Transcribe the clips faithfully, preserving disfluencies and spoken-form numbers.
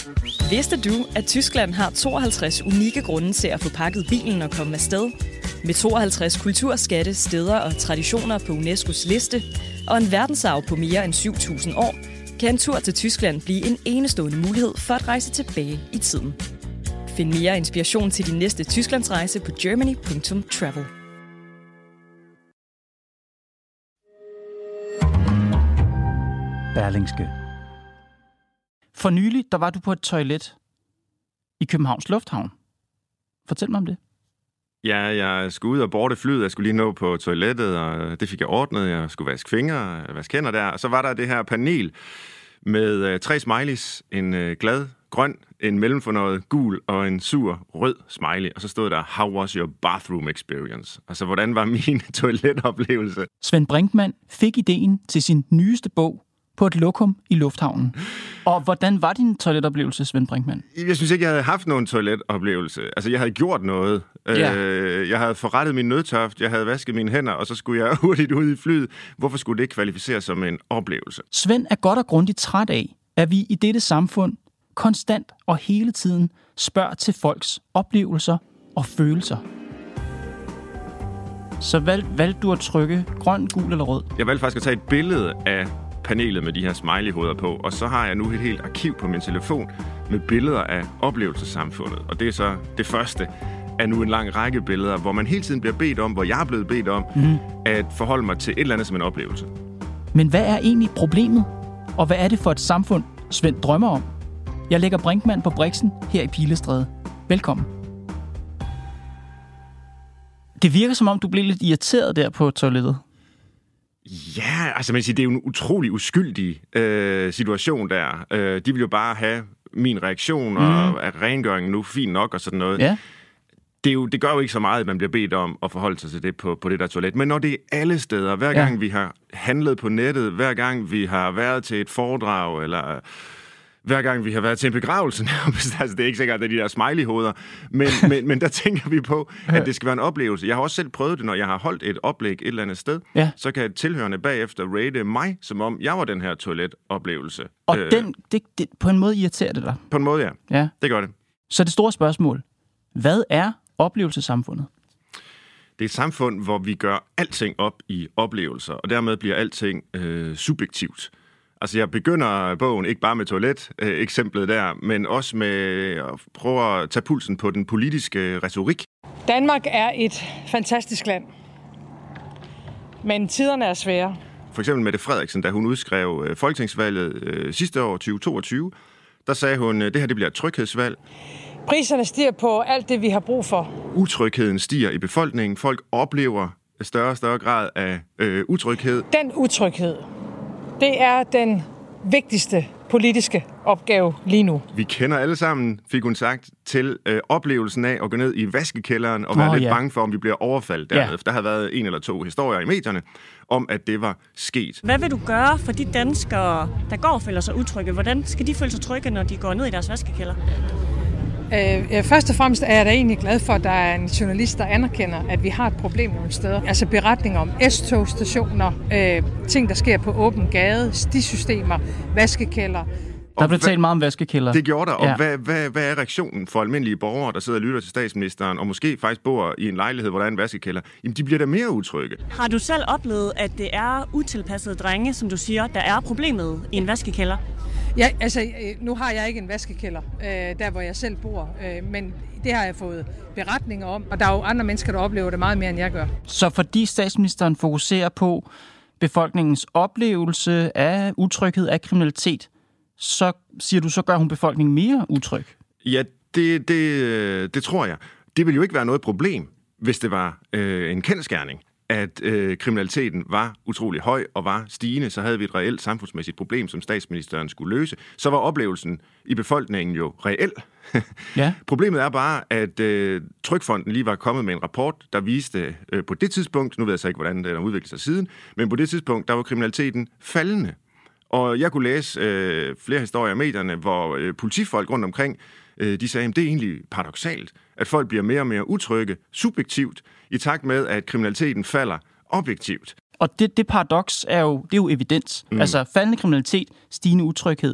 Vidste du, at Tyskland har tooghalvtreds unikke grunde til at få pakket bilen og komme afsted? Med tooghalvtreds kulturskatte, steder og traditioner på UNESCO's liste, og en verdensarv på mere end syv tusind år, kan en tur til Tyskland blive en enestående mulighed for at rejse tilbage i tiden. Find mere inspiration til din næste Tysklandsrejse på germany punktum travel. Berlingske. For nylig, der var du på et toilet i Københavns Lufthavn. Fortæl mig om det. Ja, jeg skulle ud og borte flyet. Jeg skulle lige nå på toilettet, og det fik jeg ordnet. Jeg skulle vaske fingre, vaske hænder der. Og så var der det her panel med uh, tre smileys. En uh, glad, grøn, en mellemfornøjet, gul og en sur, rød smiley. Og så stod der, how was your bathroom experience? Altså, hvordan var min toiletoplevelse? Svend Brinkmann fik ideen til sin nyeste bog på et lokum i lufthavnen. Og hvordan var din toiletoplevelse, Svend Brinkmann? Jeg synes ikke, jeg havde haft nogen toiletoplevelse. Altså, jeg havde gjort noget. Ja. Øh, jeg havde forrettet min nødtørft, jeg havde vasket mine hænder, og så skulle jeg hurtigt ud i flyet. Hvorfor skulle det ikke kvalificeres som en oplevelse? Svend er godt og grundigt træt af, at vi i dette samfund konstant og hele tiden spørger til folks oplevelser og følelser. Så valg, valgte du at trykke grøn, gul eller rød? Jeg valgte faktisk at tage et billede af panelet med de her smiley-hoveder på, og så har jeg nu et helt arkiv på min telefon med billeder af oplevelsessamfundet. Og det er så det første af nu en lang række billeder, hvor man hele tiden bliver bedt om, hvor jeg er blevet bedt om, mm. at forholde mig til et eller andet som en oplevelse. Men hvad er egentlig problemet? Og hvad er det for et samfund, Svend drømmer om? Jeg lægger Brinkmann på briksen her i Pilestræde. Velkommen. Det virker som om, du blev lidt irriteret der på toilettet. Ja, altså man siger, det er jo en utrolig uskyldig øh, situation der. Øh, de vil jo bare have min reaktion, mm. og er rengøringen nu fint nok og sådan noget. Ja. Det, er jo, det gør jo ikke så meget, at man bliver bedt om at forholde sig til det på, på det der toilet. Men når det er alle steder, hver gang ja. vi har handlet på nettet, hver gang vi har været til et foredrag, eller hver gang vi har været til en begravelse, altså det er ikke sikkert, at det er de der smiley-hoveder, men, men, men der tænker vi på, at det skal være en oplevelse. Jeg har også selv prøvet det, når jeg har holdt et oplæg et eller andet sted, ja. så kan tilhørende bagefter rate mig, som om jeg var den her toiletoplevelse. Og øh, den, det, det, på en måde irriterer det dig? På en måde, ja. ja. Det gør det. Så det store spørgsmål, hvad er oplevelsessamfundet? Det er et samfund, hvor vi gør alting op i oplevelser, og dermed bliver alting øh, subjektivt. Altså, jeg begynder bogen ikke bare med toilet-eksemplet der, men også med at prøve at tage pulsen på den politiske retorik. Danmark er et fantastisk land, men tiderne er svære. For eksempel Mette Frederiksen, da hun udskrev folketingsvalget øh, sidste år, tyve toogtyve, der sagde hun, at det her det bliver et tryghedsvalg. Priserne stiger på alt det, vi har brug for. Utrygheden stiger i befolkningen. Folk oplever større og større grad af øh, utryghed. Den utryghed, det er den vigtigste politiske opgave lige nu. Vi kender alle sammen, fik hun sagt, til øh, oplevelsen af at gå ned i vaskekælderen og være oh, lidt ja. bange for, om vi bliver overfaldet dernede. Ja. Der har været en eller to historier i medierne om, at det var sket. Hvad vil du gøre for de danskere, der går og føler sig utrygge? Hvordan skal de føle sig trygge, når de går ned i deres vaskekælder? Øh, først og fremmest er jeg da egentlig glad for, at der er en journalist, der anerkender, at vi har et problem nogle steder. Altså beretninger om S-togstationer, øh, ting, der sker på åben gade, stisystemer, vaskekælder. Der blev talt meget om vaskekælder. Det gjorde der, og ja. hvad, hvad, hvad er reaktionen for almindelige borgere, der sidder og lytter til statsministeren, og måske faktisk bor i en lejlighed, hvor der er en vaskekælder? Jamen, de bliver da mere utrygge. Har du selv oplevet, at det er utilpassede drenge, som du siger, der er problemet i en vaskekælder? Ja, altså, nu har jeg ikke en vaskekælder, øh, der hvor jeg selv bor, øh, men det har jeg fået beretninger om, og der er jo andre mennesker, der oplever det meget mere, end jeg gør. Så fordi statsministeren fokuserer på befolkningens oplevelse af utryghed, af kriminalitet, så siger du, så gør hun befolkningen mere utryg? Ja, det, det, det tror jeg. Det vil jo ikke være noget problem, hvis det var øh, en kendsgerning, at øh, kriminaliteten var utrolig høj og var stigende, så havde vi et reelt samfundsmæssigt problem, som statsministeren skulle løse. Så var oplevelsen i befolkningen jo reel. Ja. Problemet er bare, at øh, Trygfonden lige var kommet med en rapport, der viste øh, på det tidspunkt, nu ved jeg så ikke, hvordan den har udviklet sig siden, men på det tidspunkt, der var kriminaliteten faldende. Og jeg kunne læse øh, flere historier i medierne, hvor øh, politifolk rundt omkring, øh, de sagde, at det er egentlig paradoksalt, at folk bliver mere og mere utrygge, subjektivt, i takt med, at kriminaliteten falder objektivt. Og det, det paradoks er jo, det er jo evidens. Mm. Altså faldende kriminalitet, stigende utryghed.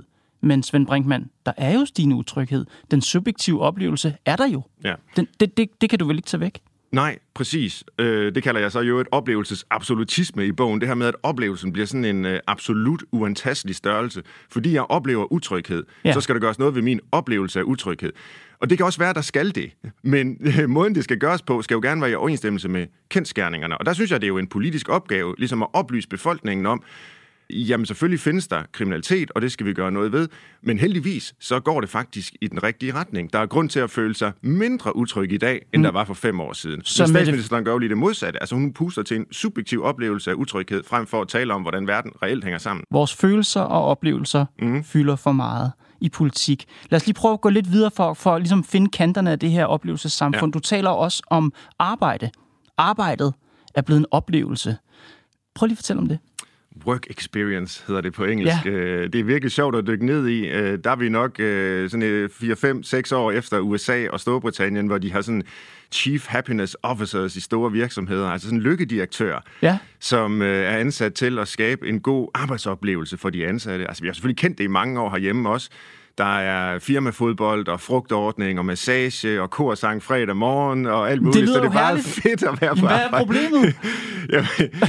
Men Svend Brinkmann, der er jo stigende utryghed. Den subjektive oplevelse er der jo. Ja. Den, det, det, det kan du vel ikke tage væk? Nej, præcis. Øh, det kalder jeg så jo et oplevelsesabsolutisme i bogen. Det her med, at oplevelsen bliver sådan en øh, absolut uantastelig størrelse. Fordi jeg oplever utryghed, ja. så skal der gøres noget ved min oplevelse af utryghed. Og det kan også være, at der skal det. Men øh, måden, det skal gøres på, skal jo gerne være i overensstemmelse med kendsgerningerne. Og der synes jeg, det er jo en politisk opgave, ligesom at oplyse befolkningen om, jamen selvfølgelig findes der kriminalitet, og det skal vi gøre noget ved, men heldigvis så går det faktisk i den rigtige retning. Der er grund til at føle sig mindre utryg i dag, end mm. der var for fem år siden. Så statsministeren gør jo lige det modsatte. Altså hun puster til en subjektiv oplevelse af utryghed, frem for at tale om, hvordan verden reelt hænger sammen. Vores følelser og oplevelser mm. fylder for meget i politik. Lad os lige prøve at gå lidt videre for, for at ligesom finde kanterne af det her oplevelsessamfund. Ja. Du taler også om arbejde. Arbejdet er blevet en oplevelse. Prøv lige at fortælle om det. Work experience hedder det på engelsk. Ja. Det er virkelig sjovt at dykke ned i. Der er vi nok sådan fire, fem, seks år efter U S A og Storbritannien, hvor de har sådan chief happiness officers i store virksomheder, altså sådan lykkedirektører, ja. som er ansat til at skabe en god arbejdsoplevelse for de ansatte. Altså vi har selvfølgelig kendt det i mange år herhjemme også. Der er firmafodbold og frugtordning og massage og korsang fredag morgen og alt muligt, det så det er bare herligt. fedt at være på Hvad arbejde. er problemet? Jamen,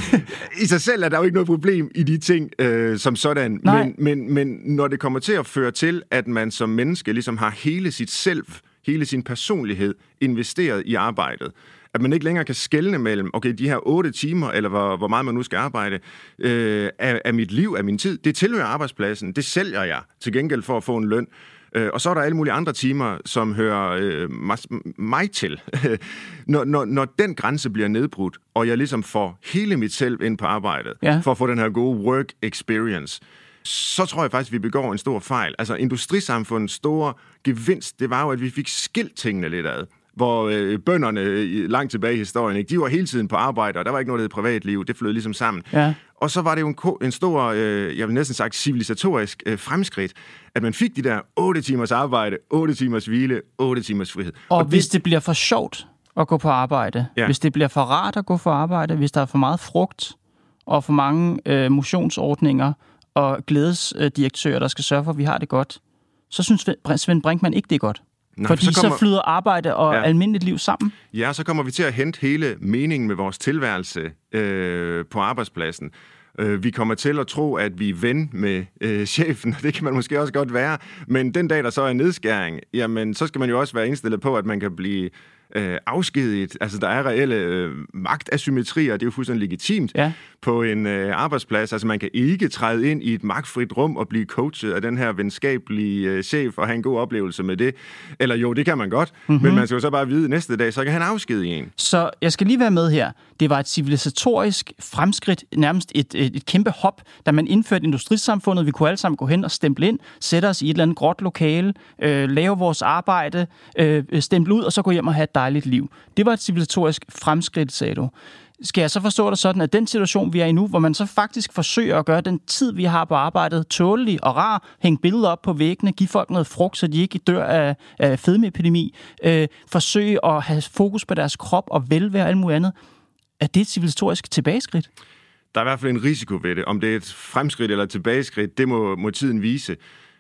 i sig selv er der jo ikke noget problem i de ting øh, som sådan, men, men, men når det kommer til at føre til, at man som menneske ligesom har hele sit selv, hele sin personlighed investeret i arbejdet, at man ikke længere kan skelne mellem, okay, de her otte timer, eller hvor, hvor meget man nu skal arbejde, øh, af, af mit liv, af min tid, det tilhører arbejdspladsen, det sælger jeg til gengæld for at få en løn. Øh, og så er der alle mulige andre timer, som hører øh, mig, mig til. når, når, når den grænse bliver nedbrudt, og jeg ligesom får hele mit selv ind på arbejdet, ja. for at få den her gode work experience, så tror jeg faktisk, at vi begår en stor fejl. Altså industrisamfundets store gevinst, det var jo, at vi fik skilt tingene lidt ad. Hvor øh, bønderne langt tilbage i historien, ikke, de var hele tiden på arbejde, og der var ikke noget, der hed privatliv. Det flød ligesom sammen. Ja. Og så var det jo en, en stor, øh, jeg vil næsten sagt, civilisatorisk øh, fremskridt, at man fik de der otte timers arbejde, otte timers hvile, otte timers frihed. Og, og hvis det, det bliver for sjovt at gå på arbejde, ja. hvis det bliver for rart at gå på arbejde, hvis der er for meget frugt og for mange øh, motionsordninger og glædesdirektører, der skal sørge for, at vi har det godt, så synes Svend Brinkmann ikke, det er godt. Nej, Fordi så, kommer, så flyder arbejde og ja. almindeligt liv sammen. Ja, så kommer vi til at hente hele meningen med vores tilværelse øh, på arbejdspladsen. Øh, vi kommer til at tro, at vi er ven med øh, chefen, det kan man måske også godt være. Men den dag, der så er nedskæring, jamen, så skal man jo også være indstillet på, at man kan blive øh, afskediget. Altså, der er reelle øh, magtasymmetrier, det er jo fuldstændig legitimt ja. på en øh, arbejdsplads. Altså, man kan ikke træde ind i et magtfrit rum og blive coachet af den her venskabelige øh, chef og have en god oplevelse med det. Eller jo, det kan man godt, mm-hmm. men man skal jo så bare vide næste dag, så kan han afskedige en. Så jeg skal lige være med her. Det var et civilisatorisk fremskridt, nærmest et, et, et kæmpe hop, da man indførte industrisamfundet. Vi kunne alle sammen gå hen og stemple ind, sætte os i et eller andet gråt lokale, øh, lave vores arbejde, øh, stemple ud, og så gå hjem og have et dejligt liv. Det var et civilisatorisk fremskridt, sagde du. Skal jeg så forstå det sådan, at den situation, vi er i nu, hvor man så faktisk forsøger at gøre den tid, vi har på arbejdet, tålelig og rar, hænge billeder op på væggene, give folk noget frugt, så de ikke dør af, af fedmeepidemi, øh, forsøge at have fokus på deres krop og velvære og alt muligt andet, er det et civilisatorisk tilbageskridt? Der er i hvert fald en risiko ved det. Om det er et fremskridt eller et tilbageskridt, det må, må tiden vise.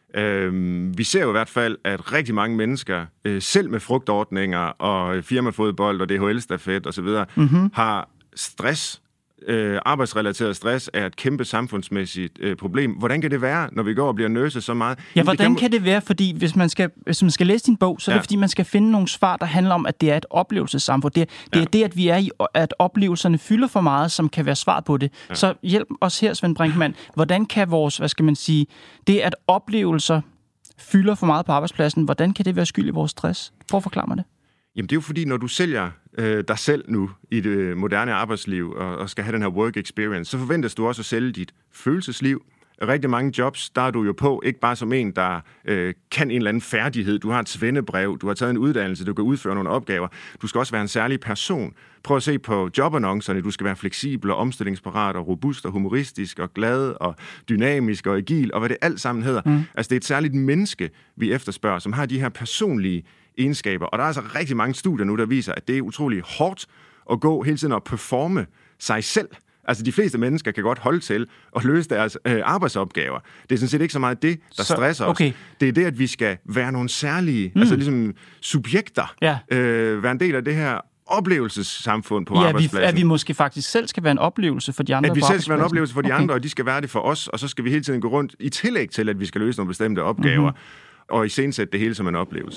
Øhm, vi ser jo i hvert fald, at rigtig mange mennesker, øh, selv med frugtordninger og firmafodbold og D H L-stafet osv., mm-hmm. har stress. Øh, arbejdsrelateret stress er et kæmpe samfundsmæssigt øh, problem. Hvordan kan det være, når vi går og bliver nørset så meget? Ja, hvordan kan... kan det være? Fordi hvis man skal, hvis man skal læse din bog, så er ja. det fordi, man skal finde nogle svar, der handler om, at det er et oplevelsessamfund. Det, det ja. er det, at vi er i, at oplevelserne fylder for meget, som kan være svar på det. Ja. Så hjælp os her, Svend Brinkmann. Hvordan kan vores, hvad skal man sige, det at oplevelser fylder for meget på arbejdspladsen, hvordan kan det være skyld i vores stress? Prøv at forklare mig det. Jamen det er jo fordi, når du sælger øh, dig selv nu i det moderne arbejdsliv og, og skal have den her work experience, så forventes du også at sælge dit følelsesliv. Rigtig mange jobs, der er du jo på, ikke bare som en, der øh, kan en eller anden færdighed. Du har et svendebrev, du har taget en uddannelse, du kan udføre nogle opgaver. Du skal også være en særlig person. Prøv at se på jobannoncerne. Du skal være fleksibel og omstillingsparat og robust og humoristisk og glad og dynamisk og agil og hvad det alt sammen hedder. Mm. Altså det er et særligt menneske, vi efterspørger, som har de her personlige egenskaber. Og der er altså rigtig mange studier nu, der viser, at det er utrolig hårdt at gå hele tiden og performe sig selv. Altså, de fleste mennesker kan godt holde til at løse deres øh, arbejdsopgaver. Det er sådan set ikke så meget det, der så, stresser okay. os. Det er det, at vi skal være nogle særlige, mm. altså ligesom subjekter, ja. øh, være en del af det her oplevelsessamfund på ja, arbejdspladsen. Ja, at vi måske faktisk selv skal være en oplevelse for de andre. At vi selv skal være en oplevelse for de okay. andre, og de skal være det for os, og så skal vi hele tiden gå rundt i tillæg til, at vi skal løse nogle bestemte opgaver, mm-hmm. og iscenesætte det hele som en oplevelse.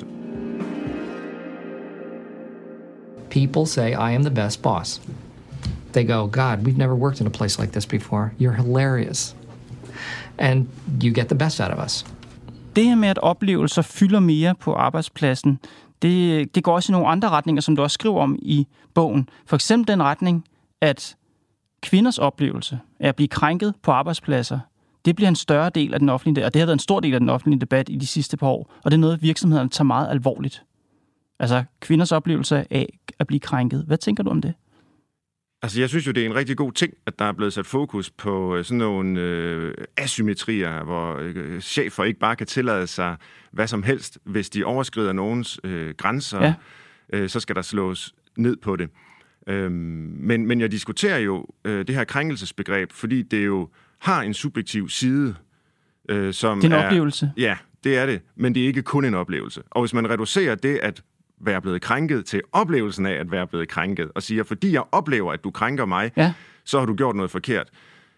People say, I am the best boss. They go, God, we've never worked in a place like this before. You're hilarious. And you get the best out of us. Det her med, at oplevelser fylder mere på arbejdspladsen, det, det går også i nogle andre retninger, som du også skriver om i bogen. For eksempel den retning, at kvinders oplevelse af at blive krænket på arbejdspladser, det bliver en større del af den offentlige, og det har været en stor del af den offentlige debat i de sidste par år, og det er noget, virksomhederne tager meget alvorligt. Altså kvinders oplevelse af at blive krænket. Hvad tænker du om det? Altså, jeg synes jo, det er en rigtig god ting, at der er blevet sat fokus på sådan nogle øh, asymmetrier, hvor øh, chefer ikke bare kan tillade sig hvad som helst. Hvis de overskrider nogens øh, grænser, ja. øh, så skal der slås ned på det. Øhm, men, men jeg diskuterer jo øh, det her krænkelsesbegreb, fordi det jo har en subjektiv side, øh, som det er en er, oplevelse. Ja, det er det, men det er ikke kun en oplevelse. Og hvis man reducerer det at være blevet krænket til oplevelsen af at være blevet krænket, og siger, fordi jeg oplever, at du krænker mig, ja. så har du gjort noget forkert.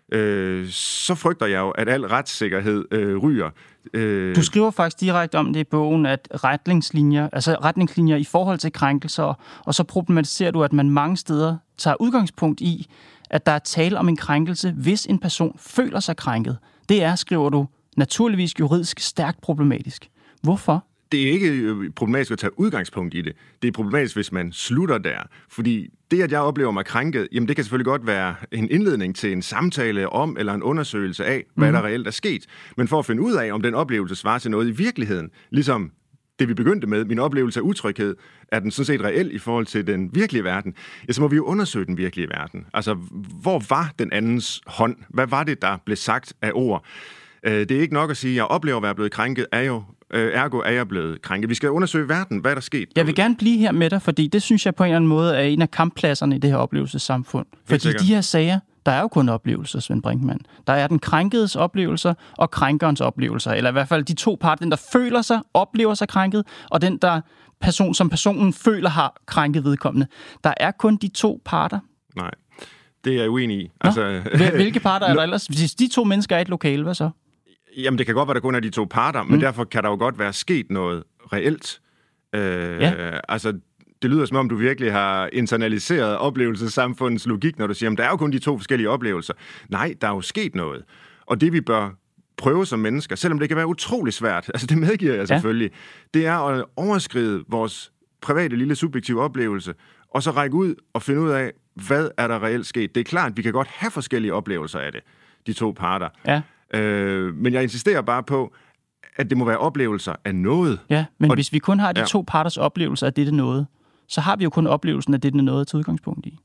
Øh, så frygter jeg jo, at al retssikkerhed øh, ryger. Øh, du skriver faktisk direkte om det i bogen, at retningslinjer, altså retningslinjer i forhold til krænkelser, og så problematiserer du, at man mange steder tager udgangspunkt i, at der er tale om en krænkelse, hvis en person føler sig krænket. Det er, skriver du, naturligvis juridisk stærkt problematisk. Hvorfor? Det er ikke problematisk at tage udgangspunkt i det. Det er problematisk, hvis man slutter der. Fordi det, at jeg oplever mig krænket, jamen det kan selvfølgelig godt være en indledning til en samtale om, eller en undersøgelse af, hvad mm. der reelt er sket. Men for at finde ud af, om den oplevelse svarer til noget i virkeligheden, ligesom det vi begyndte med, min oplevelse af utryghed, er den sådan set reel i forhold til den virkelige verden, ja, så må vi jo undersøge den virkelige verden. Altså, hvor var den andens hånd? Hvad var det, der blev sagt af ord? Det er ikke nok at sige, at jeg oplever at være blevet krænket, er jo ergo er jeg blevet krænket. Vi skal undersøge verden, hvad der er sket. Jeg vil gerne blive her med dig, fordi det synes jeg på en eller anden måde er en af kamppladserne i det her oplevelsessamfund. Fordi de her sager, der er jo kun oplevelser, Svend Brinkmann. Der er den krænkedes oplevelser og krænkerens oplevelser. Eller i hvert fald de to parter, den der føler sig, oplever sig krænket, og den der person, som personen føler har krænket vedkommende. Der er kun de to parter. Nej, det er jeg uenig i. Altså, hvilke parter er der ellers? Hvis de to mennesker er i et lokale, hvad så? Jamen, det kan godt være, der kun er de to parter, men mm. derfor kan der jo godt være sket noget reelt. Øh, ja. Altså, det lyder som om, du virkelig har internaliseret oplevelsessamfundets logik, når du siger, at der er jo kun de to forskellige oplevelser. Nej, der er jo sket noget. Og det, vi bør prøve som mennesker, selvom det kan være utrolig svært, altså det medgiver jeg selvfølgelig, ja. det er at overskride vores private lille subjektive oplevelse, og så række ud og finde ud af, hvad er der reelt sket. Det er klart, at vi kan godt have forskellige oplevelser af det, de to parter. Ja. Øh, men jeg insisterer bare på, at det må være oplevelser af noget. Ja, men og hvis vi kun har de ja. to parters oplevelser af dette noget, så har vi jo kun oplevelsen af dette noget til udgangspunkt i.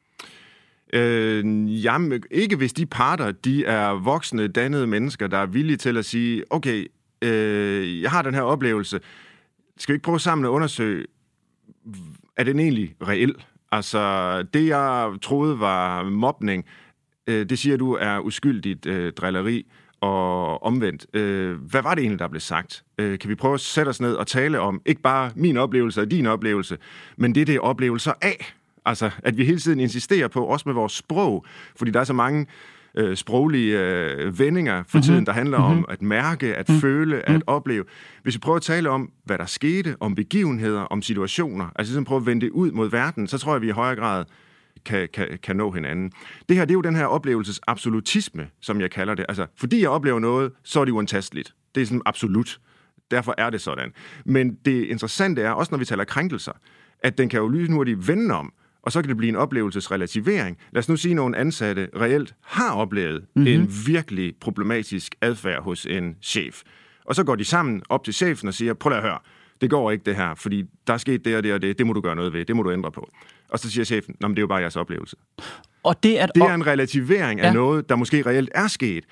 Øh, jamen, ikke hvis de parter, de er voksne, dannede mennesker, der er villige til at sige, okay, øh, jeg har den her oplevelse. Skal vi ikke prøve sammen at undersøge, er den egentlig reel? Altså, det jeg troede var mobning, det siger du er uskyldigt øh, drilleri og omvendt. Øh, hvad var det egentlig, der blev sagt? Øh, kan vi prøve at sætte os ned og tale om, ikke bare min oplevelse og din oplevelse, men det, det er oplevelser af. Altså, at vi hele tiden insisterer på, også med vores sprog, fordi der er så mange øh, sproglige øh, vendinger for mm-hmm. tiden, der handler mm-hmm. om at mærke, at mm-hmm. føle, at opleve. Hvis vi prøver at tale om, hvad der skete, om begivenheder, om situationer, altså ligesom prøve at vende det ud mod verden, så tror jeg, vi i højere grad Kan, kan, kan nå hinanden. Det her, det er jo den her oplevelsesabsolutisme, som jeg kalder det. Altså, fordi jeg oplever noget, så er det uantasteligt. Det er sådan absolut. Derfor er det sådan. Men det interessante er, også når vi taler krænkelser, at den kan jo lynhurtigt vende om, og så kan det blive en oplevelsesrelativering. Lad os nu sige, at nogle ansatte reelt har oplevet mm-hmm. en virkelig problematisk adfærd hos en chef. Og så går de sammen op til chefen og siger, prøv at høre, det går ikke det her, fordi der er sket det og det og det, det må du gøre noget ved, det må du ændre på. Og så siger chefen, nå, men det er jo bare jeres oplevelse. Og det, at det er en relativering af ja. noget, der måske reelt er sket.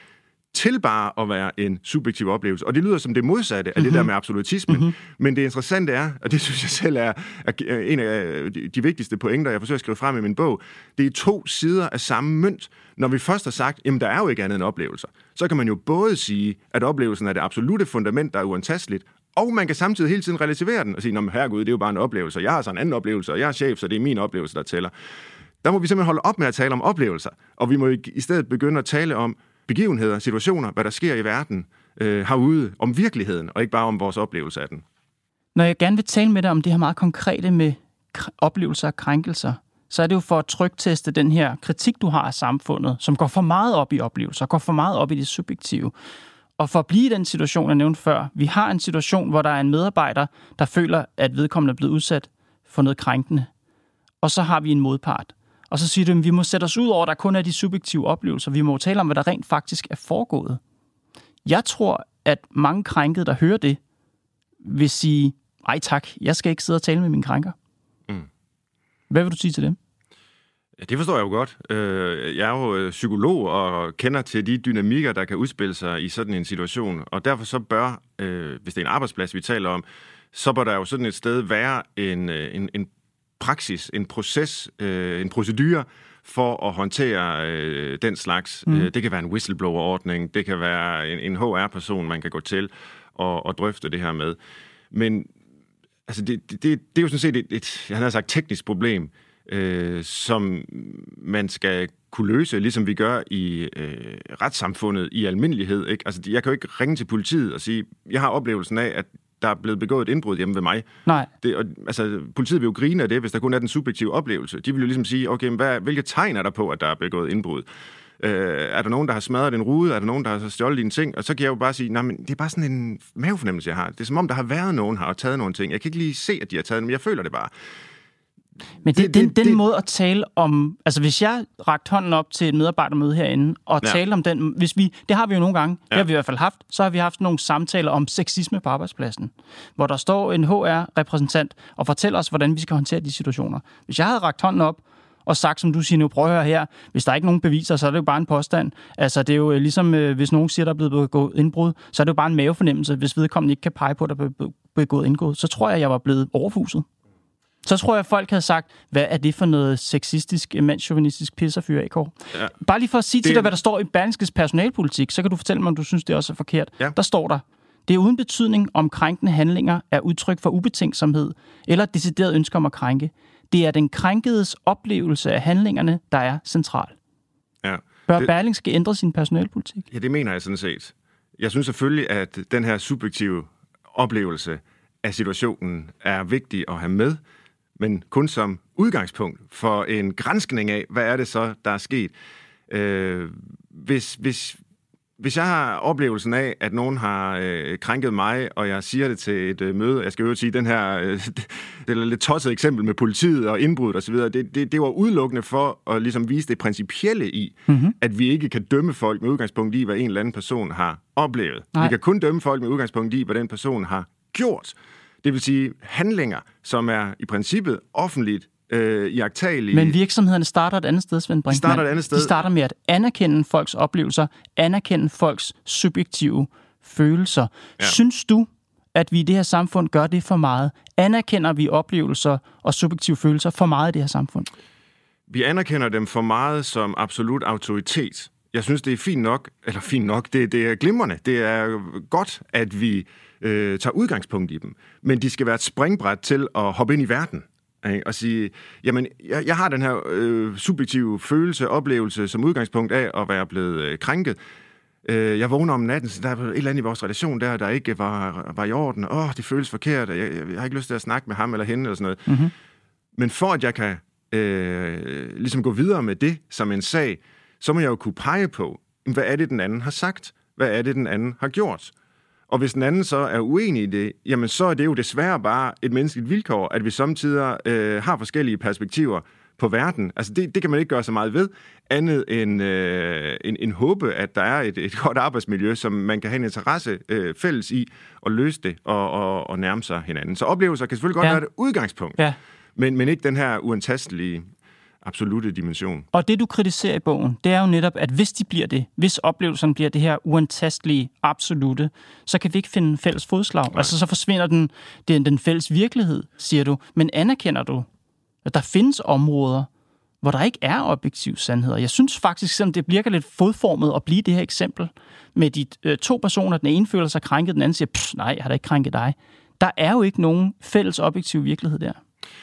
til bare at være en subjektiv oplevelse. Og det lyder som det modsatte af mm-hmm. det der med absolutismen. Mm-hmm. Men det interessante er, og det synes jeg selv er, er en af de vigtigste pointer, jeg forsøger at skrive frem i min bog, det er to sider af samme mønt. Når vi først har sagt, jamen der er jo ikke andet end oplevelser, så kan man jo både sige, at oplevelsen er det absolute fundament, der er uantasteligt, og man kan samtidig hele tiden relativere den og sige, nå, herregud, det er jo bare en oplevelse, jeg har så en anden oplevelse, og jeg er chef, så det er min oplevelse, der tæller. Der må vi simpelthen holde op med at tale om oplevelser, og vi må i stedet begynde at tale om begivenheder, situationer, hvad der sker i verden øh, herude, om virkeligheden, og ikke bare om vores oplevelse af den. Når jeg gerne vil tale med dig om det her meget konkrete med k- oplevelser og krænkelser, så er det jo for at trykteste den her kritik, du har af samfundet, som går for meget op i oplevelser, går for meget op i det subjektive. Og for at blive i den situation, jeg nævnte før, vi har en situation, hvor der er en medarbejder, der føler, at vedkommende er blevet udsat for noget krænkende. Og så har vi en modpart. Og så siger du, at vi må sætte os ud over, at der kun er de subjektive oplevelser. Vi må tale om, hvad der rent faktisk er foregået. Jeg tror, at mange krænkede, der hører det, vil sige, ej tak, jeg skal ikke sidde og tale med mine krænker. Mm. Hvad vil du sige til dem? Ja, det forstår jeg jo godt. Jeg er jo psykolog og kender til de dynamikker, der kan udspille sig i sådan en situation. Og derfor så bør, hvis det er en arbejdsplads, vi taler om, så bør der jo sådan et sted være en, en, en praksis, en proces, en procedure for at håndtere den slags. Mm. Det kan være en whistleblower-ordning, det kan være en, en H R-person, man kan gå til og, og drøfte det her med. Men altså, det, det, det er jo sådan set et, et jeg har sagt, teknisk problem, Øh, som man skal kunne løse, ligesom vi gør i øh, retssamfundet i almindelighed. Ikke? Altså, jeg kan jo ikke ringe til politiet og sige, jeg har oplevelsen af, at der er blevet begået et indbrud hjemme ved mig. Nej. Det, og, altså, politiet vil jo grine af det, hvis der kun er den subjektive oplevelse. De vil jo ligesom sige, okay, hvad, hvilke tegn er der på, at der er begået indbrud? Øh, er der nogen, der har smadret en rude? Er der nogen, der har stjålet dine ting? Og så kan jeg jo bare sige, nej, men det er bare sådan en mavefornemmelse, jeg har. Det er som om, der har været nogen her og taget nogle ting. Jeg kan ikke lige se, at de har taget dem, men jeg føler det bare. Men det, det, den, det, den det, måde at tale om... Altså, hvis jeg rakte hånden op til et medarbejdermøde herinde, og ja. tale om den... Hvis vi, det har vi jo nogle gange, ja. det har vi i hvert fald haft, så har vi haft nogle samtaler om sexisme på arbejdspladsen, hvor der står en H R-repræsentant og fortæller os, hvordan vi skal håndtere de situationer. Hvis jeg havde rakt hånden op og sagt, som du siger nu, prøv at høre her, hvis der er ikke nogen beviser, så er det jo bare en påstand. Altså, det er jo ligesom, øh, hvis nogen siger, der er blevet begået indbrud, så er det jo bare en mavefornemmelse, hvis vedkommende ikke kan pege på, at der er begået indbrud. Så tror jeg, jeg var blevet overfuset. Så tror jeg, at folk havde sagt, hvad er det for noget sexistisk, mandsjovinistisk pisserfyr, A K? Ja. Bare lige for at sige det... til dig, hvad der står i Berlingskes personalpolitik, så kan du fortælle mig, om du synes, det også er forkert. Ja. Der står der, det er uden betydning, om krænkende handlinger er udtryk for ubetænksomhed eller decideret ønske om at krænke. Det er den krænkedes oplevelse af handlingerne, der er central. Ja. Bør det... Berlingske ændre sin personalpolitik? Ja, det mener jeg sådan set. Jeg synes selvfølgelig, at den her subjektive oplevelse af situationen er vigtig at have med, men kun som udgangspunkt for en granskning af, hvad er det så, der er sket. Øh, hvis, hvis, hvis jeg har oplevelsen af, at nogen har øh, krænket mig, og jeg siger det til et øh, møde, jeg skal jo sige, den her øh, det er lidt tosset eksempel med politiet og indbrud og så videre, det, det, det var udelukkende for at ligesom vise det principielle i, mm-hmm. at vi ikke kan dømme folk med udgangspunkt i, hvad en eller anden person har oplevet. Nej. Vi kan kun dømme folk med udgangspunkt i, hvad den person har gjort. Det vil sige handlinger, som er i princippet offentligt øh, iagttagelige. Men virksomhederne starter et andet sted, Svend Brinkmann. De starter et andet sted. De starter med at anerkende folks oplevelser, anerkende folks subjektive følelser. Ja. Synes du, at vi i det her samfund gør det for meget? Anerkender vi oplevelser og subjektive følelser for meget i det her samfund? Vi anerkender dem for meget som absolut autoritet. Jeg synes, det er fint nok, eller fint nok, det, det er glimrende. Det er godt, at vi øh, tager udgangspunkt i dem. Men de skal være et springbræt til at hoppe ind i verden. Ikke? Og sige, jamen, jeg, jeg har den her øh, subjektive følelse, oplevelse som udgangspunkt af at være blevet øh, krænket. Øh, jeg vågner om natten, så der er et eller andet i vores relation der, der ikke var, var i orden. Åh, det føles forkert. Jeg, jeg, jeg har ikke lyst til at snakke med ham eller hende eller sådan noget. Mm-hmm. Men for at jeg kan øh, ligesom gå videre med det som en sag, så må jeg jo kunne pege på, hvad er det, den anden har sagt? Hvad er det, den anden har gjort? Og hvis den anden så er uenig i det, jamen så er det jo desværre bare et menneskeligt vilkår, at vi samtidig øh, har forskellige perspektiver på verden. Altså det, det kan man ikke gøre så meget ved, andet end, øh, end, end håbe, at der er et, et godt arbejdsmiljø, som man kan have en interesse øh, fælles i at løse det og, og, og nærme sig hinanden. Så oplevelser kan selvfølgelig godt ja. være et udgangspunkt, ja. men, men ikke den her uantastelige absolute dimension. Og det, du kritiserer i bogen, det er jo netop, at hvis de bliver det, hvis oplevelsen bliver det her uantastelige, absolute, så kan vi ikke finde fælles fodslag. Nej. Altså, så forsvinder den, den, den fælles virkelighed, siger du. Men anerkender du, at der findes områder, hvor der ikke er objektive sandheder? Jeg synes faktisk, selvom det bliver lidt fodformet at blive det her eksempel, med de øh, to personer, den ene føler sig krænket, den anden siger, nej, jeg har da ikke krænket dig. Der er jo ikke nogen fælles objektiv virkelighed der.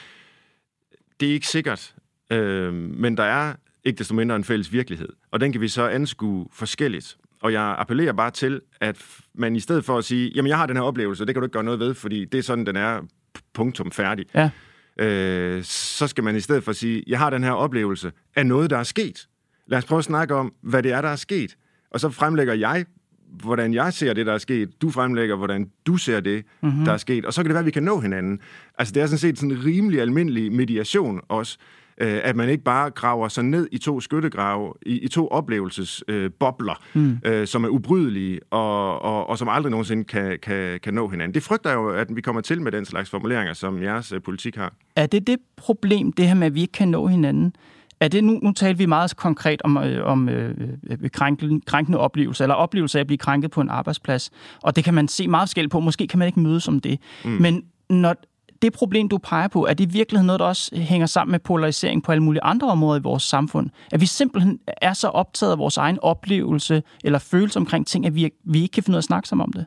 Det er ikke sikkert, øh, men der er ikke desto mindre en fælles virkelighed, og den kan vi så anskue forskelligt. Og jeg appellerer bare til, at man i stedet for at sige, jamen jeg har den her oplevelse, det kan du ikke gøre noget ved, fordi det er sådan, den er punktum færdig. Ja. Øh, så skal man i stedet for sige, jeg har den her oplevelse af noget, der er sket. Lad os prøve at snakke om, hvad det er, der er sket. Og så fremlægger jeg, hvordan jeg ser det, der er sket. Du fremlægger, hvordan du ser det, mm-hmm. der er sket. Og så kan det være, at vi kan nå hinanden. Altså, det er sådan set sådan en rimelig almindelig mediation også, øh, at man ikke bare graver sig ned i to skyttegrave, i, i to oplevelsesbobler, øh, mm. øh, som er ubrydelige, og, og, og som aldrig nogensinde kan, kan, kan nå hinanden. Det frygter jo, at vi kommer til med den slags formuleringer, som jeres øh, politik har. Er det det problem, det her med, at vi ikke kan nå hinanden? Er det nu, nu taler vi meget konkret om, øh, om øh, krænkende, krænkende oplevelser, eller oplevelser af at blive krænket på en arbejdsplads, og det kan man se meget forskelligt på. Måske kan man ikke mødes om det. Mm. Men når det problem, du peger på, er det i virkeligheden noget, der også hænger sammen med polarisering på alle mulige andre områder i vores samfund? At vi simpelthen er så optaget af vores egen oplevelse eller følelse omkring ting, at vi, vi ikke kan finde ud af at snakke sammen om det?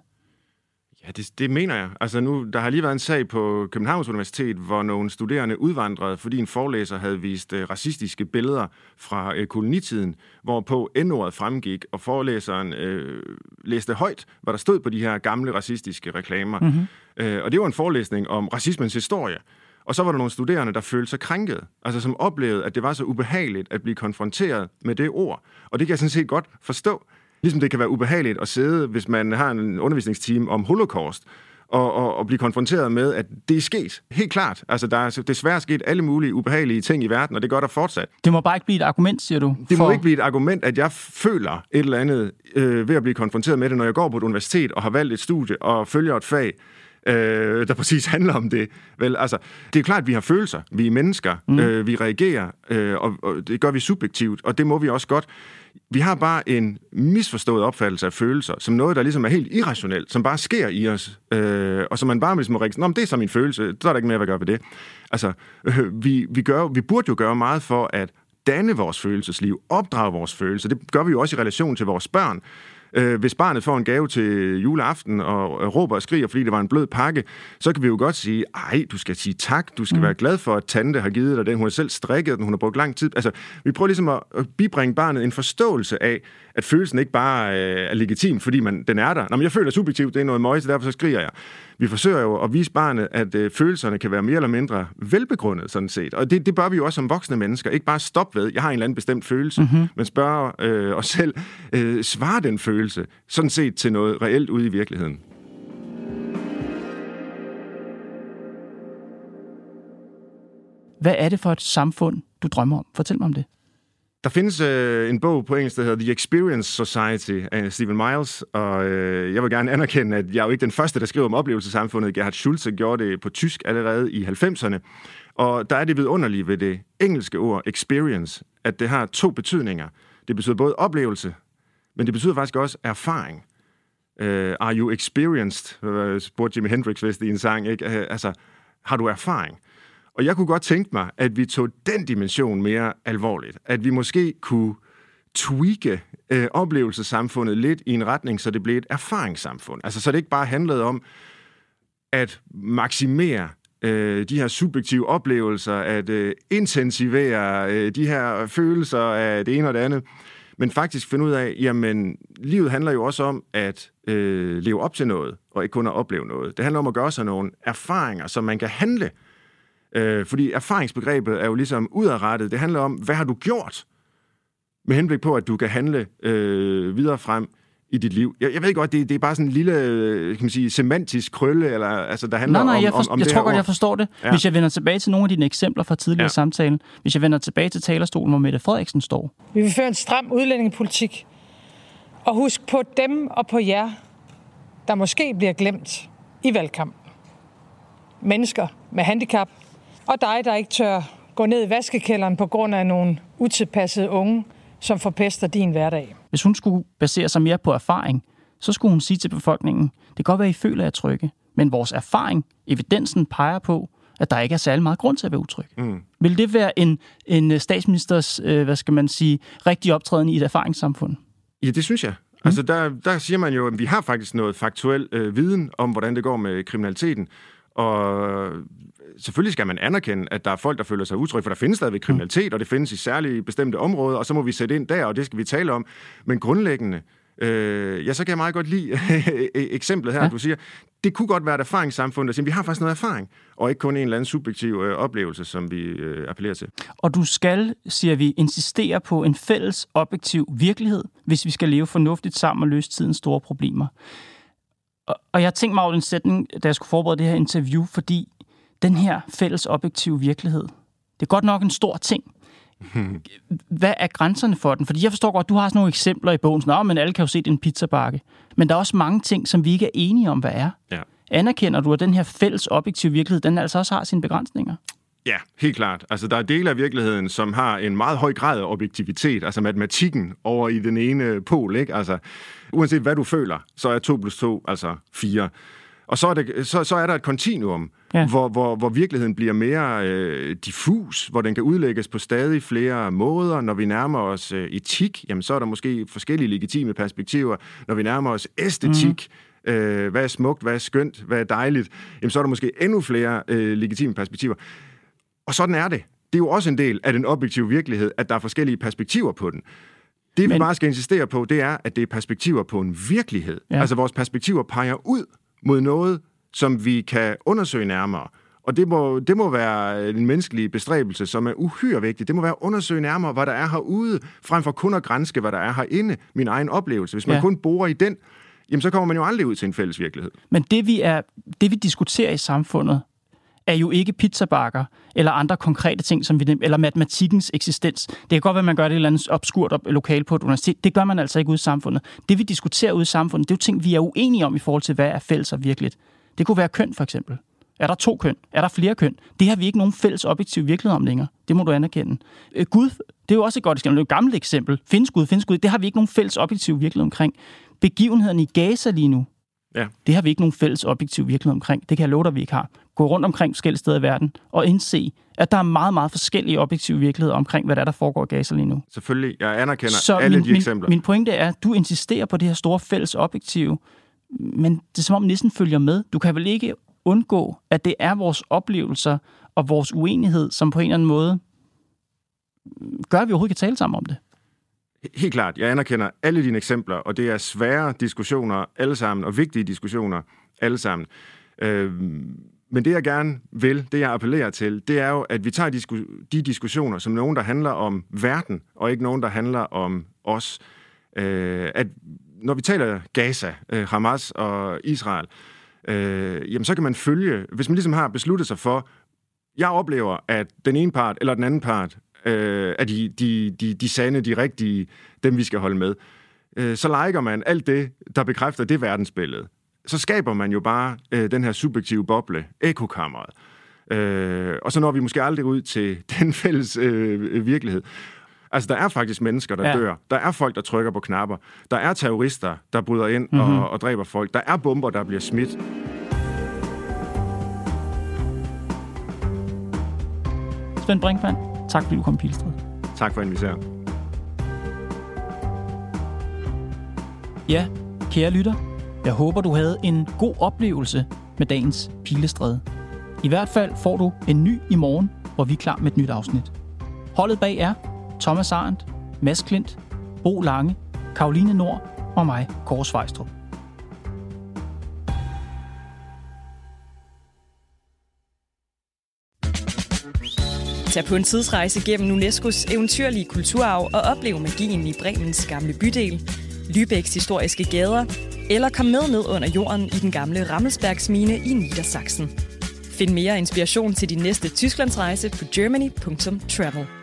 Ja, det, det mener jeg. Altså nu, der har lige været en sag på Københavns Universitet, hvor nogle studerende udvandrede, fordi en forelæser havde vist uh, racistiske billeder fra uh, kolonitiden, hvorpå N-ordet fremgik, og forelæseren uh, læste højt, hvad der stod på de her gamle racistiske reklamer. Mm-hmm. Uh, og det var en forelæsning om racismens historie. Og så var der nogle studerende, der følte sig krænket, altså som oplevede, at det var så ubehageligt at blive konfronteret med det ord. Og det kan jeg sådan set godt forstå. Ligesom det kan være ubehageligt at sidde, hvis man har en undervisningsteam om holocaust, og, og, og blive konfronteret med, at det er sket. Helt klart. Altså, der er desværre sket alle mulige ubehagelige ting i verden, og det gør der fortsat. Det må bare ikke blive et argument, siger du? Det for... må ikke blive et argument, at jeg føler et eller andet øh, ved at blive konfronteret med det, når jeg går på et universitet og har valgt et studie og følger et fag, øh, der præcis handler om det. Vel, altså, det er klart, at vi har følelser. Vi er mennesker. Mm. Øh, vi reagerer, øh, og, og det gør vi subjektivt, og det må vi også godt. Vi har bare en misforstået opfattelse af følelser, som noget, der ligesom er helt irrationelt, som bare sker i os, øh, og som man bare ligesom må registrere, nå, det er så min følelse, så er der ikke mere, hvad gør ved det. Altså, øh, vi, vi, gør, vi burde jo gøre meget for at danne vores følelsesliv, opdrage vores følelser. Det gør vi jo også i relation til vores børn. Øh, hvis barnet får en gave til juleaften og, og råber og skriger, fordi det var en blød pakke, så kan vi jo godt sige, ej, du skal sige tak, du skal mm. være glad for, at tante har givet dig den, hun har selv strikket den, hun har brugt lang tid. Altså, vi prøver ligesom at, at bibringe barnet en forståelse af, at følelsen ikke bare øh, er legitim, fordi man, den er der. Nå, men jeg føler subjektivt, det er noget møg, så derfor så skriger jeg. Vi forsøger jo at vise barnet, at øh, følelserne kan være mere eller mindre velbegrundet, sådan set. Og det, det bør vi jo også som voksne mennesker. Ikke bare stoppe ved, jeg har en eller anden bestemt følelse, mm-hmm. men spørge øh, os selv, øh, svare den følelse, sådan set til noget reelt ude i virkeligheden. Hvad er det for et samfund, du drømmer om? Fortæl mig om det. Der findes øh, en bog på engelsk, der hedder The Experience Society af Stephen Miles, og øh, jeg vil gerne anerkende, at jeg er jo ikke den første, der skriver om oplevelsesamfundet. Gerhard Schulze gjorde det på tysk allerede i halvfemserne, og der er det vidunderlige ved det engelske ord experience, at det har to betydninger. Det betyder både oplevelse, men det betyder faktisk også erfaring. Uh, are you experienced? Uh, spurgte Jimi Hendrix vist i en sang, ikke? Uh, altså, har du erfaring? Og jeg kunne godt tænke mig, at vi tog den dimension mere alvorligt. At vi måske kunne tweake øh, oplevelsessamfundet lidt i en retning, så det blev et erfaringssamfund. Altså, så det ikke bare handlede om at maksimere øh, de her subjektive oplevelser, at øh, intensivere øh, de her følelser af det ene og det andet, men faktisk finde ud af, jamen, livet handler jo også om at øh, leve op til noget, og ikke kun at opleve noget. Det handler om at gøre sig nogle erfaringer, som man kan handle. Øh, fordi erfaringsbegrebet er jo ligesom udadrettet. Det handler om, hvad har du gjort med henblik på, at du kan handle øh, videre frem i dit liv. Jeg, jeg ved godt, det, det er bare sådan en lille, kan man sige, semantisk krølle, eller, altså, der handler nej, nej, jeg om, om, om jeg det tror godt, ord. jeg forstår det. Ja. Hvis jeg vender tilbage til nogle af dine eksempler fra tidligere ja. samtalen, hvis jeg vender tilbage til talerstolen, hvor Mette Frederiksen står. Vi vil føre en stram udlændingepolitik, og husk på dem og på jer, der måske bliver glemt i valgkampen. Mennesker med handicap, og dig, der ikke tør gå ned i vaskekælderen på grund af nogle utilpassede unge, som forpester din hverdag. Hvis hun skulle basere sig mere på erfaring, så skulle hun sige til befolkningen, det kan godt være, I føler jer trygge, men vores erfaring, evidensen peger på, at der ikke er særlig meget grund til at være utryg. Mm. Vil det være en, en statsministers, øh, hvad skal man sige, rigtig optræden i et erfaringssamfund? Ja, det synes jeg. Mm. Altså, der, der siger man jo, at vi har faktisk noget faktuel øh, viden om, hvordan det går med kriminaliteten. Og selvfølgelig skal man anerkende, at der er folk, der føler sig utrygge, for der findes stadigvæk kriminalitet, mm. og det findes i særlige bestemte områder, og så må vi sætte ind der, og det skal vi tale om. Men grundlæggende, øh, ja, så kan jeg meget godt lide eksemplet her, ja. Du siger, det kunne godt være et erfaringssamfund, der siger, vi har faktisk noget erfaring, og ikke kun en eller anden subjektiv øh, oplevelse, som vi øh, appellerer til. Og du skal, siger vi, insistere på en fælles objektiv virkelighed, hvis vi skal leve fornuftigt sammen og løse tidens store problemer. Og, og jeg tænkte mig over den sætning, da jeg skulle forberede det her interview, fordi den her fælles objektive virkelighed, det er godt nok en stor ting. Hvad er grænserne for den? Fordi jeg forstår godt, du har sådan nogle eksempler i bogen, sådan, men alle kan jo se, det er en pizzabakke. Men der er også mange ting, som vi ikke er enige om, hvad er. Ja. Anerkender du, at den her fælles objektive virkelighed, den altså også har sine begrænsninger? Ja, helt klart. Altså, der er dele af virkeligheden, som har en meget høj grad af objektivitet, altså matematikken over i den ene pol, ikke? Altså, uanset hvad du føler, så er to plus to, altså fire. Og så er, det, så, så er der et kontinuum, ja. hvor, hvor, hvor virkeligheden bliver mere øh, diffus, hvor den kan udlægges på stadig flere måder. Når vi nærmer os øh, etik, jamen, så er der måske forskellige legitime perspektiver. Når vi nærmer os æstetik, mm. øh, hvad er smukt, hvad er skønt, hvad er dejligt, jamen, så er der måske endnu flere øh, legitime perspektiver. Og sådan er det. Det er jo også en del af den objektive virkelighed, at der er forskellige perspektiver på den. Det, vi Men... bare skal insistere på, det er, at det er perspektiver på en virkelighed. Ja. Altså, vores perspektiver peger ud mod noget, som vi kan undersøge nærmere. Og det må, det må være en menneskelig bestræbelse, som er uhyre vigtig. Det må være at undersøge nærmere, hvad der er herude, frem for kun at granske, hvad der er herinde, min egen oplevelse. Hvis man ja. kun borer i den, jamen, så kommer man jo aldrig ud til en fælles virkelighed. Men det vi, er, det, vi diskuterer i samfundet, er jo ikke pizzabakker eller andre konkrete ting, som vi, eller matematikkens eksistens. Det kan godt være, at man gør det et eller andet obskurt lokalt på et universitet. Det gør man altså ikke ude i samfundet. Det, vi diskuterer ude i samfundet, det er jo ting, vi er uenige om i forhold til, hvad er fælles og virkeligt. Det kunne være køn, for eksempel. Er der to køn? Er der flere køn? Det har vi ikke nogen fælles objektiv virkelighed om længere. Det må du anerkende. Øh, Gud, det er jo også et godt eksempel. Det er et gammelt eksempel. Findes Gud, findes Gud. Det har vi ikke nogen fælles objektiv virkelighed omkring. Begivenheden i Gaza lige nu, ja. det har vi ikke nogen fælles objektiv virkelighed omkring. Det kan jeg love dig, vi ikke har. Gå rundt omkring forskellige steder i verden og indse, at der er meget, meget forskellige objektive virkeligheder omkring, hvad der, er, der foregår i Gaza lige nu. Selvfølgelig. Jeg anerkender Så alle min, de eksempler. Min, min pointe er, at du insisterer på det her store fælles objektive, men det er som om næsten følger med. Du kan vel ikke undgå, at det er vores oplevelser og vores uenighed, som på en eller anden måde gør, at vi overhovedet kan tale sammen om det. Helt klart. Jeg anerkender alle dine eksempler, og det er svære diskussioner alle sammen, og vigtige diskussioner alle sammen. Øh, men det, jeg gerne vil, det jeg appellerer til, det er jo, at vi tager disku- de diskussioner som nogen, der handler om verden, og ikke nogen, der handler om os. Øh, at når vi taler Gaza, øh, Hamas og Israel, øh, jamen så kan man følge, hvis man ligesom har besluttet sig for, jeg oplever, at den ene part eller den anden part øh, er de, de, de, de sande, de rigtige, dem vi skal holde med, øh, så liker man alt det, der bekræfter det verdensbillede. Så skaber man jo bare øh, den her subjektive boble, ekokammeret. Øh, og så når vi måske aldrig ud til den fælles øh, virkelighed. Altså, der er faktisk mennesker, der ja. dør. Der er folk, der trykker på knapper. Der er terrorister, der bryder ind mm-hmm. og, og dræber folk. Der er bomber, der bliver smidt. Svend Brinkmann, tak fordi du kom i Pilestræde. Tak for at invitere. Ja, kære lytter. Jeg håber, du havde en god oplevelse med dagens Pilestræde. I hvert fald får du en ny i morgen, hvor vi er klar med et nyt afsnit. Holdet bag er Thomas Arendt, Mads Klint, Bo Lange, Karoline Nord og mig, Kåre Svejstrup. Tag på en tidsrejse gennem UNESCO's eventyrlige kulturarv og oplev magien i Bremens gamle bydel, Lübecks historiske gader, eller kom med ned under jorden i den gamle Rammelsbergsmine i Niedersachsen. Find mere inspiration til din næste Tysklandsrejse på germany punktum travel.